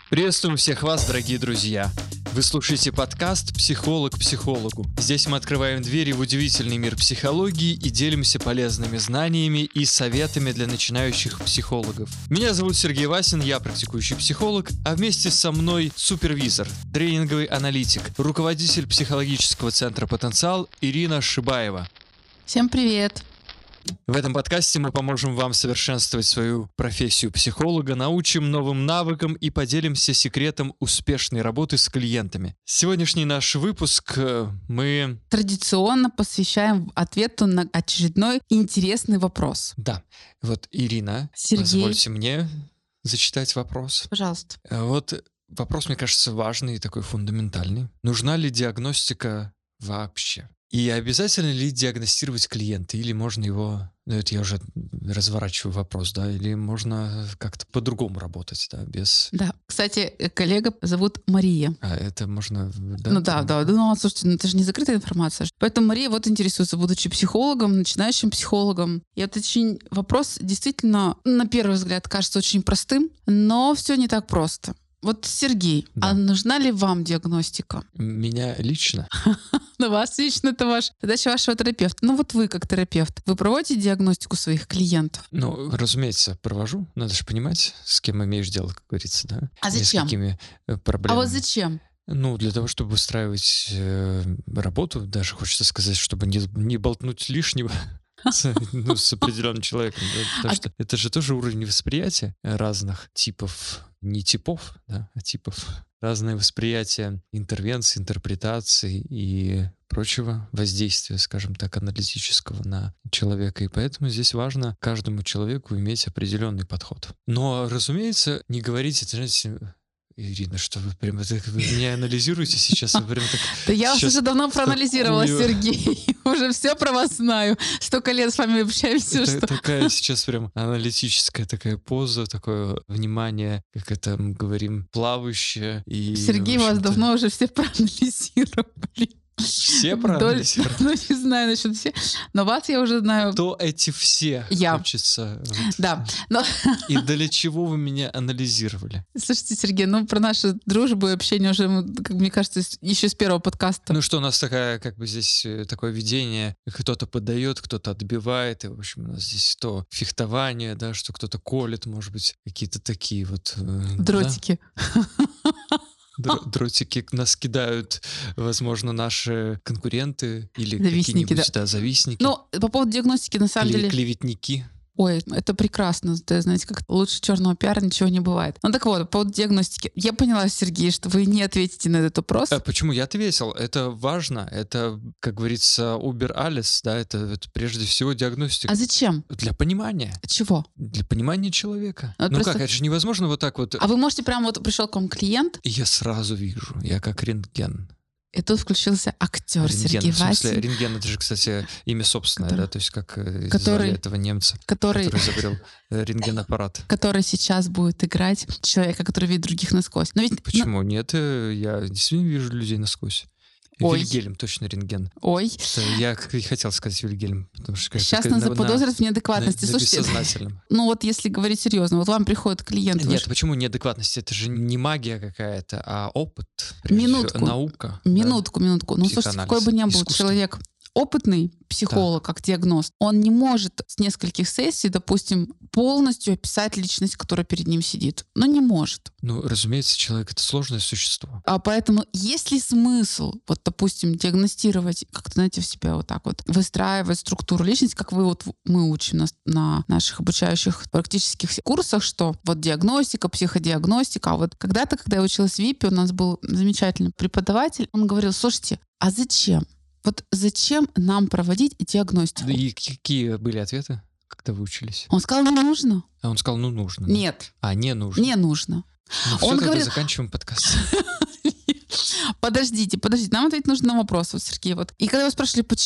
Приветствуем всех вас, дорогие друзья! Вы слушаете подкаст «Психолог психологу». Здесь мы открываем двери в удивительный мир психологии и делимся полезными знаниями и советами для начинающих психологов. Меня зовут Сергей Васин, я практикующий психолог, а вместе со мной супервизор, тренинговый аналитик, руководитель психологического центра «Потенциал» Ирина Шибаева. Всем привет! В этом подкасте мы поможем вам совершенствовать свою профессию психолога, научим новым навыкам и поделимся секретом успешной работы с клиентами. Сегодняшний наш выпуск мы традиционно посвящаем ответу на очередной интересный вопрос. Да, вот Ирина, Сергей, позвольте мне зачитать вопрос. Пожалуйста. Вот вопрос, мне кажется, важный и такой фундаментальный. Нужна ли диагностика вообще? И обязательно ли диагностировать клиента? Или можно его... это я уже разворачиваю вопрос, да? Или можно как-то по-другому работать, да? Без... Да. Кстати, коллега зовут Мария. А это можно... Да, ну да. Ну, слушайте, это же не закрытая информация. Поэтому Мария вот интересуется, будучи психологом, начинающим психологом. И это очень вопрос действительно, на первый взгляд, кажется очень простым, но все не так просто. Вот, Сергей, да. А нужна ли вам диагностика? Меня лично? На вас лично, это задача вашего терапевта. Ну вот вы как терапевт, вы проводите диагностику своих клиентов? Ну, разумеется, провожу. Надо же понимать, с кем имеешь дело, как говорится, да? А зачем? И с какими проблемами. А вот зачем? Ну, для того, чтобы выстраивать работу, даже хочется сказать, чтобы не болтнуть лишнего. С определенным человеком, да? Потому что это же тоже уровень восприятия разных типов, не типов, да, а типов. Разное восприятие интервенций, интерпретаций и прочего воздействия, скажем так, аналитического на человека. И поэтому здесь важно каждому человеку иметь определенный подход. Но, разумеется, не говорить, это, знаете, Ирина, что вы прям вы меня анализируете сейчас? Вы прям так, да я вас уже давно проанализировала, Сергей. Уже все про вас знаю. Столько лет с вами общаемся. Это такая сейчас прям аналитическая такая поза, такое внимание, как это мы говорим, плавающее. И, Сергей, вас давно уже все проанализировали. Все проанализировали? Ну, не знаю насчет все, но вас я уже знаю. Кто эти все? Я. Хочется. Да. И для чего вы меня анализировали? Слушайте, Сергей, про нашу дружбу и общение уже, как мне кажется, еще с первого подкаста. Ну что, у нас здесь такое видение, кто-то подает, кто-то отбивает, и, в общем, у нас здесь то фехтование, да, что кто-то колет, может быть, какие-то такие вот... дротики. Да? Дротики нас кидают, возможно, наши конкуренты или завистники, какие-нибудь завистники. Ну, по поводу диагностики, на самом деле... Клеветники. Ой, это прекрасно. Знаете, как лучше черного пиара ничего не бывает. Ну так вот, по поводу диагностики. Я поняла, Сергей, что вы не ответите на этот вопрос. Почему? Я ответил. Это важно. Это, как говорится, Uber alles, да, это прежде всего диагностика. А зачем? Для понимания. Чего? Для понимания человека. Вот просто... как, это же невозможно вот так вот. А вы можете прямо вот пришел к вам клиент? И я сразу вижу. Я как рентген. И тут включился актер рентген, Сергей Васин. В смысле, рентген — это же, кстати, имя собственное, да? То есть как который, этого немца, который изобрел рентгенаппарат. Который сейчас будет играть человека, который видит других насквозь. Но ведь... Почему? Нет, я действительно вижу людей насквозь. Ой. Вильгельм, точно рентген. Ой. Я хотел сказать Вильгельм. Потому что сейчас нас заподозрят в неадекватности. Слушайте, бессознательном. Ну вот если говорить серьезно, вот вам приходит клиент... Нет, почему неадекватность? Это же не магия какая-то, а опыт. Минутку. Наука. Минутку. Ну слушайте, какой бы ни был человек опытный психолог, как диагност, он не может с нескольких сессий, допустим, полностью описать личность, которая перед ним сидит. Но не может. Ну, разумеется, человек — это сложное существо. А поэтому есть ли смысл, вот, допустим, диагностировать, как-то, знаете, в себя вот так вот, выстраивать структуру личности, как мы учим на наших обучающих практических курсах, что вот диагностика, психодиагностика. А вот когда-то, когда я училась в ВИПе, у нас был замечательный преподаватель, он говорил: слушайте, а зачем? Вот зачем нам проводить диагностику? И какие были ответы, когда вы учились? Он сказал, не нужно. А он сказал, нужно. Нет. Да? Не нужно. Не нужно. Ну, все, тогда заканчиваем подкаст. Подождите, нам ответить нужно на вопрос, вот, Сергей. Вот. И когда его спрашивали, почему,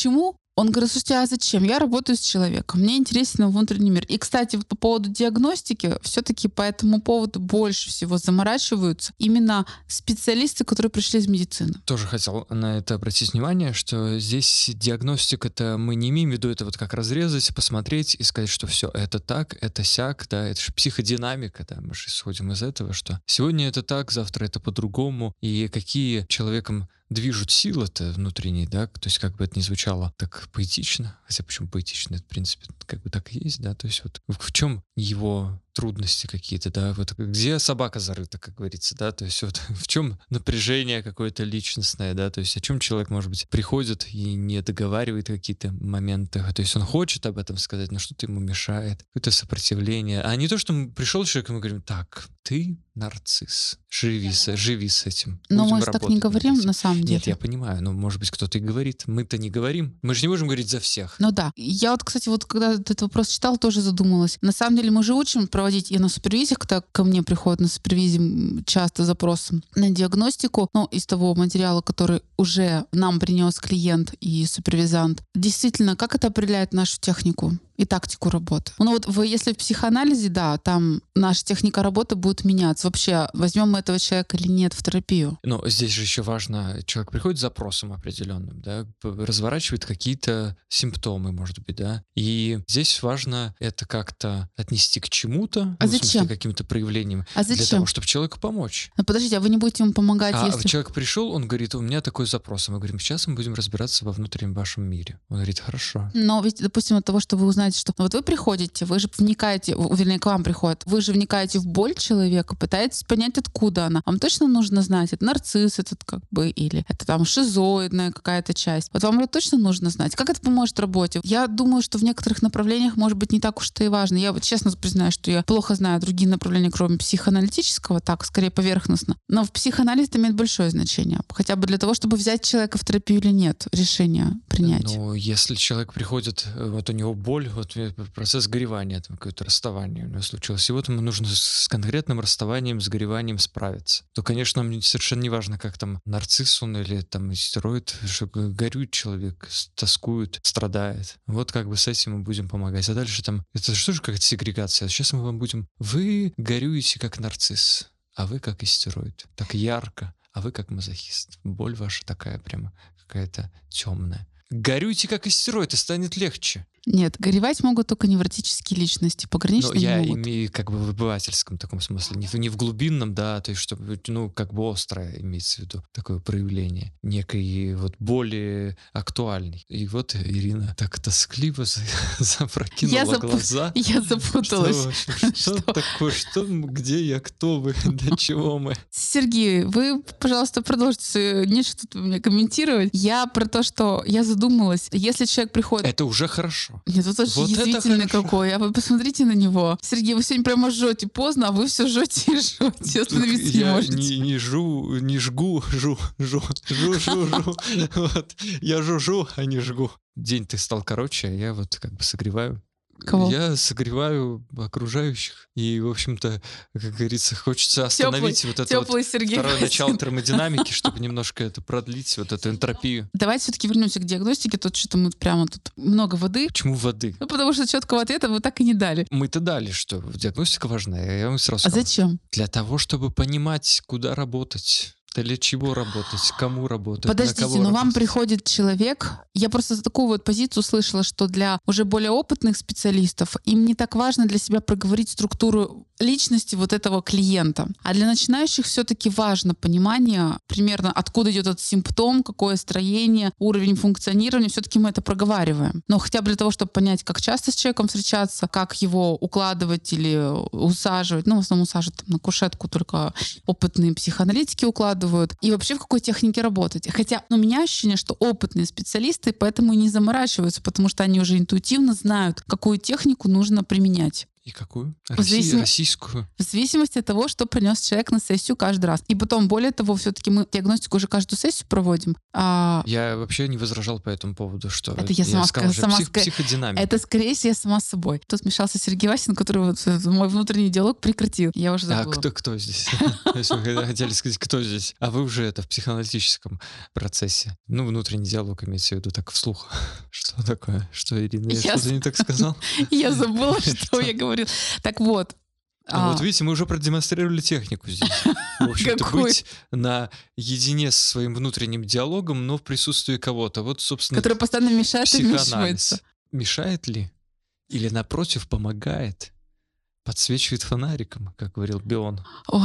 Он говорит: слушайте, а зачем? Я работаю с человеком, мне интересен его внутренний мир. И, кстати, вот по поводу диагностики, все-таки по этому поводу больше всего заморачиваются именно специалисты, которые пришли из медицины. Тоже хотел на это обратить внимание, что здесь диагностика-то мы не имеем в виду это вот как разрезать, посмотреть и сказать, что все, это так, это сяк, да, это же психодинамика, да, мы же исходим из этого, что сегодня это так, завтра это по-другому, и какие человеком движут силы-то внутренние, да, то есть как бы это ни звучало так поэтично, хотя почему поэтично, это в принципе как бы так и есть, да, то есть вот в чем его трудности какие-то, да, вот где собака зарыта, как говорится, да, то есть вот в чем напряжение какое-то личностное, да, то есть о чем человек, может быть, приходит и не договаривает какие-то моменты, то есть он хочет об этом сказать, но что-то ему мешает, какое-то сопротивление, а не то, что пришел человек, и мы говорим: так, ты нарцисс, живи с этим. Но будем мы же так не работать над говорим этим». на самом деле. Нет, я понимаю, но, может быть, кто-то и говорит. Мы-то не говорим. Мы же не можем говорить за всех. Ну да. Я вот, кстати, вот когда этот вопрос читала, тоже задумалась. На самом деле мы же учим проводить и на супервизиях, когда ко мне приходят на супервизии часто запросы на диагностику, ну, из того материала, который уже нам принес клиент и супервизант. Действительно, как это определяет нашу технику и тактику работы? Ну вот если в психоанализе, да, там наша техника работы будет меняться. Вообще, возьмем мы этого человека или нет в терапию? Но здесь же еще важно, человек приходит с запросом определенным, да, разворачивает какие-то симптомы, может быть, да, и здесь важно это как-то отнести к чему-то, А ну, в смысле, зачем? каким-то проявлением, А для зачем? того, чтобы человеку помочь. Ну подождите, а вы не будете ему помогать, А если... человек пришел, он говорит: у меня такой запрос. А мы говорим: сейчас мы будем разбираться во внутреннем вашем мире. Он говорит: хорошо. Но ведь, допустим, от того, что вы узнаете, что вот вы приходите, вы же вникаете, вернее, к вам приходят, вы же вникаете в боль человека, пытаетесь понять, откуда она. Вам точно нужно знать, это нарцисс этот как бы, или это там шизоидная какая-то часть. Вот вам это точно нужно знать. Как это поможет в работе? Я думаю, что в некоторых направлениях, может быть, не так уж это и важно. Я вот честно признаю, что я плохо знаю другие направления, кроме психоаналитического, так, скорее поверхностно. Но в психоанализе это имеет большое значение. Хотя бы для того, чтобы взять человека в терапию или нет, решение принять. Ну, если человек приходит, вот у него боль, вот процесс горевания, там какое-то расставание у него случилось, и вот ему нужно с конкретным расставанием, с гореванием справиться, то, конечно, мне совершенно не важно, как там нарцисс он или там истероид, что горюет человек, тоскует, страдает. Вот как бы с этим мы будем помогать. А дальше там, это что же какая-то сегрегация? Сейчас мы вам будем, вы горюете как нарцисс, а вы как истероид, так ярко, а вы как мазохист. Боль ваша такая прямо какая-то темная. Горюйте как истероид, и станет легче. Нет, горевать могут только невротические личности, Но пограничные не я могут. имею как бы в обывательском таком смысле, не в глубинном, да, то есть чтобы, ну, как бы острое имеется в виду такое проявление, некой вот более актуальной. И вот Ирина так тоскливо запрокинула глаза. Я запуталась. Что такое, где я, кто вы, для чего мы? Сергей, вы, пожалуйста, продолжите. Нечего тут мне комментировать. Я про то, что я задумалась. Если человек приходит... Это уже хорошо. Нет, это очень Вот это язвительный хорошо. какой. А вы посмотрите на него. Сергей, вы сегодня прямо жжете поздно, а вы все жжете и жжете. Остановиться не Я можете. не жгу. Вот. Я жужу, а не жгу. День-то стал короче, а я вот как бы согреваю. Кого? Я согреваю окружающих. И, в общем-то, как говорится, хочется остановить вот это вот Теплый Сергей. второе начало термодинамики, чтобы немножко это продлить, вот эту энтропию. Давайте все-таки вернемся к диагностике. Тут что-то мы прямо тут много воды. Почему воды? Ну, потому что четкого ответа вы так и не дали. Мы-то дали, что диагностика важна. Я вам сразу А сказал. зачем? Для того, чтобы понимать, куда работать. Для чего работать, кому работать, Подождите, на кого но вам работать. приходит человек, я просто за такую вот позицию слышала, что для уже более опытных специалистов им не так важно для себя проговорить структуру личности вот этого клиента. А для начинающих все-таки важно понимание примерно, откуда идет этот симптом, какое строение, уровень функционирования. Все-таки мы это проговариваем. Но хотя бы для того, чтобы понять, как часто с человеком встречаться, как его укладывать или усаживать. Ну, в основном усаживать там на кушетку только опытные психоаналитики укладывают. И вообще в какой технике работать. Хотя у меня ощущение, что опытные специалисты поэтому и не заморачиваются, потому что они уже интуитивно знают, какую технику нужно применять. И какую? Российскую. В зависимости от того, что принес человек на сессию каждый раз. И потом, более того, все-таки мы диагностику уже каждую сессию проводим. Я вообще не возражал по этому поводу, что это я сказала, психодинамика. Это, скорее всего, я сама с собой. Тут смешался Сергей Васин, который вот мой внутренний диалог прекратил. Я уже забыла. А кто здесь? То есть вы хотели сказать, кто здесь? А вы уже это в психоаналитическом процессе. Ну, внутренний диалог имеется в виду так вслух. Что такое? Что, Ирина, я что-то не так сказал? Я забыла, что я говорил. Так вот. Вот видите, мы уже продемонстрировали технику здесь. В общем-то, быть наедине со своим внутренним диалогом, но в присутствии кого-то. Вот, собственно, который постоянно мешает и вмешивается. Мешает ли? Или, напротив, помогает? Подсвечивает фонариком, как говорил Бион. Ой...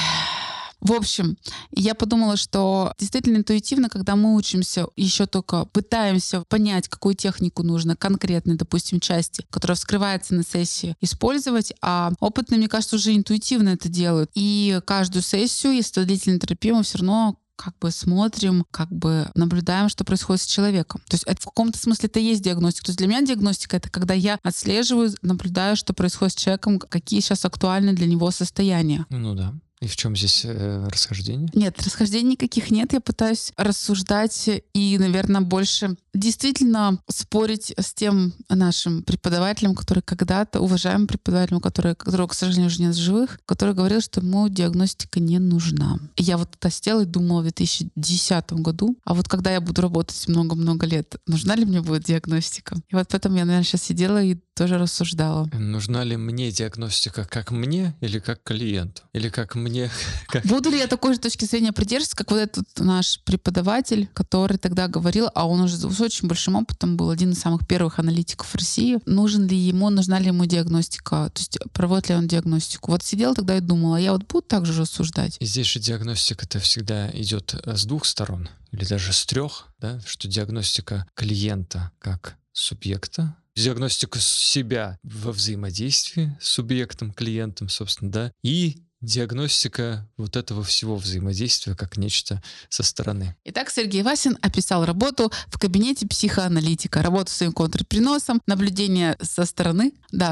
В общем, я подумала, что действительно интуитивно, когда мы учимся, еще только пытаемся понять, какую технику нужно конкретной, допустим, части, которая вскрывается на сессии, использовать, а опытные, мне кажется, уже интуитивно это делают. И каждую сессию, если это длительная терапия, мы все равно смотрим, наблюдаем, что происходит с человеком. То есть это в каком-то смысле это и есть диагностика. То есть для меня диагностика — это когда я отслеживаю, наблюдаю, что происходит с человеком, какие сейчас актуальны для него состояния. Ну да. И в чем здесь расхождение? Нет, расхождений никаких нет. Я пытаюсь рассуждать и, наверное, больше действительно спорить с тем нашим преподавателем, который когда-то, уважаемым преподавателем, которого, к сожалению, уже нет в живых, который говорил, что ему диагностика не нужна. И я вот это сидела и думала в 2010 году, а вот когда я буду работать много-много лет, нужна ли мне будет диагностика? И вот поэтому я, наверное, сейчас сидела и тоже рассуждала. Нужна ли мне диагностика как мне или как клиенту? Или как мне? Буду ли я такой же точки зрения придерживаться, как вот этот наш преподаватель, который тогда говорил, а он уже с очень большим опытом был, один из самых первых аналитиков России, нужна ли ему диагностика, то есть проводит ли он диагностику. Вот сидела тогда и думала, я вот буду так же рассуждать. И здесь же диагностика-то всегда идет с двух сторон, или даже с трех, да, что диагностика клиента как субъекта, диагностика себя во взаимодействии с субъектом, клиентом, собственно, да, и диагностика вот этого всего взаимодействия как нечто со стороны. Итак, Сергей Васин описал работу в кабинете психоаналитика, работу своим контрпереносом, наблюдение со стороны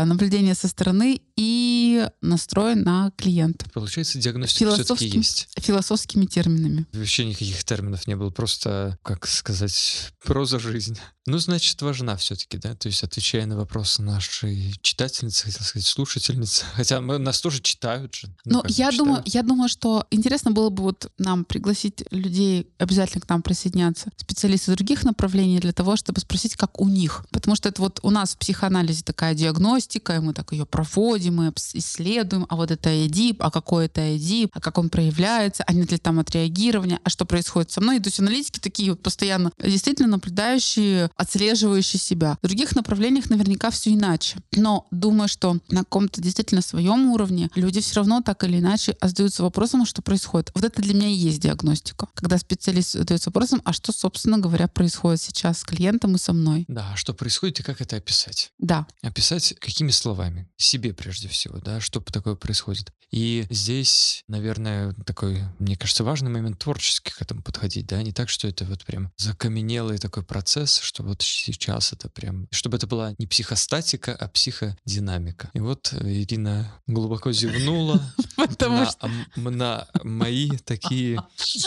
и настрой на клиента. Получается, диагностика все-таки есть. Философскими терминами. Вообще никаких терминов не было, просто, как сказать, проза жизни. Ну, значит, важна все-таки, да? То есть, отвечая на вопросы нашей читательницы, хотел сказать, слушательницы, хотя нас тоже читают же. Но я думаю, что интересно было бы вот нам пригласить людей, обязательно к нам присоединяться, специалисты других направлений, для того, чтобы спросить, как у них. Потому что это вот у нас в психоанализе такая диагностика, и мы так ее проводим, мы исследуем, а вот это ЭДИП, а какой это ЭДИП, а как он проявляется, а нет ли там отреагирования, а что происходит со мной. И то есть аналитики такие вот постоянно действительно наблюдающие, отслеживающие себя. В других направлениях наверняка все иначе. Но думаю, что на каком-то действительно своем уровне люди все равно так или иначе задаются вопросом, что происходит. Вот это для меня и есть диагностика. Когда специалист задается вопросом, а что, собственно говоря, происходит сейчас с клиентом и со мной. Да, что происходит и как это описать. Да. Описать какими словами? Себе прежде всего, да, что такое происходит. И здесь, наверное, такой, мне кажется, важный момент творчески к этому подходить, да, не так, что это вот прям закаменелый такой процесс, что вот сейчас это прям, чтобы это была не психостатика, а психодинамика. И вот Ирина глубоко зевнула на мои такие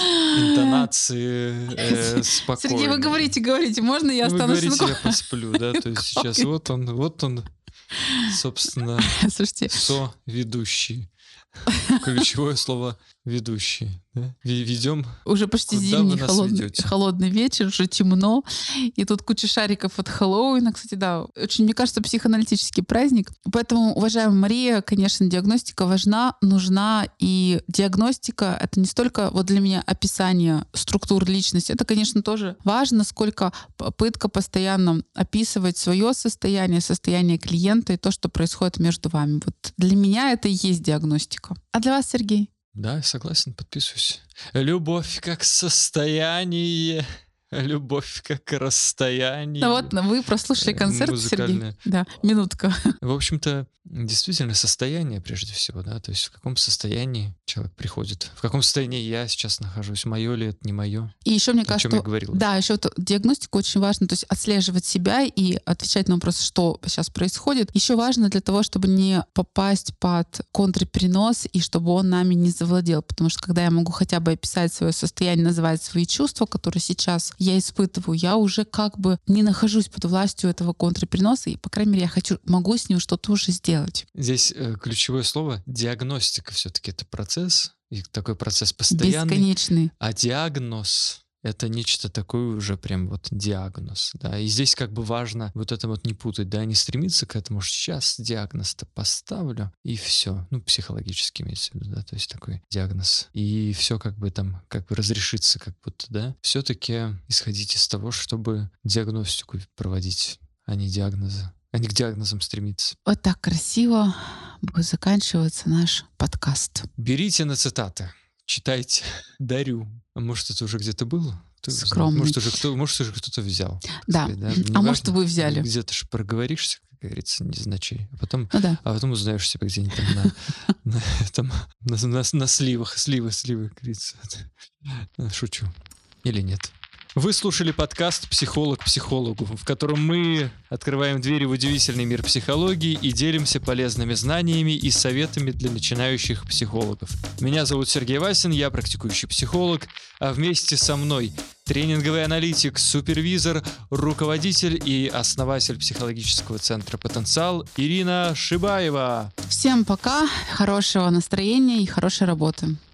интонации спокойные. Сергей, вы говорите, можно я останусь? Вы говорите, я посплю, да, то есть сейчас вот он, собственно, соведущий. Ключевое слово «ведущий». Да? Ведем. Уже почти зимний холодный вечер, уже темно. И тут куча шариков от Хэллоуина. Кстати, да, очень, мне кажется, психоаналитический праздник. Поэтому, уважаемая Мария, конечно, диагностика важна, нужна. И диагностика — это не столько вот для меня описание структур личности. Это, конечно, тоже важно, сколько попытка постоянно описывать свое состояние клиента и то, что происходит между вами. Вот для меня это и есть диагностика. А для вас, Сергей? Да, согласен, подписываюсь. Любовь как состояние Любовь как расстояние. Ну вот, вы прослушали концерт, Сергей. Музыкальное. Да, минутка. В общем-то, действительно, состояние прежде всего, да, то есть в каком состоянии человек приходит, в каком состоянии я сейчас нахожусь, мое ли это, не мое, И еще мне о кажется, чем я что говорил. да, еще вот диагностика очень важна, то есть отслеживать себя и отвечать на вопрос, что сейчас происходит. Еще важно для того, чтобы не попасть под контрперенос и чтобы он нами не завладел, потому что когда я могу хотя бы описать свое состояние, называть свои чувства, которые сейчас я испытываю, я уже как бы не нахожусь под властью этого контрпереноса, и, по крайней мере, я могу с ним что-то уже сделать. Здесь ключевое слово — диагностика. Все-таки это процесс, и такой процесс постоянный. Бесконечный. А диагноз — это нечто такое уже прям вот диагноз, да. И здесь как бы важно вот это вот не путать, да, не стремиться к этому, что сейчас диагноз-то поставлю, и все. Ну, психологически имеется в виду, да, то есть такой диагноз. И все как бы там, как бы разрешится, как будто, да. Все-таки исходить из того, чтобы диагностику проводить, а не диагнозы. А не к диагнозам стремиться. Вот так красиво будет заканчиваться наш подкаст. Берите на цитаты, читайте, дарю. А может, это уже где-то было? Кто его знает? Скромный. Может, уже кто-то взял. Да. Сказать, да? А Неважно, может, и вы взяли. Где-то же проговоришься, как говорится, незначай. Ну да. А потом узнаешь себя где-нибудь там на сливах, сливы, как говорится. Шучу. Или нет. Вы слушали подкаст «Психолог психологу», в котором мы открываем двери в удивительный мир психологии и делимся полезными знаниями и советами для начинающих психологов. Меня зовут Сергей Васин, я практикующий психолог, а вместе со мной тренинговый аналитик, супервизор, руководитель и основатель психологического центра «Потенциал» Ирина Шибаева. Всем пока, хорошего настроения и хорошей работы.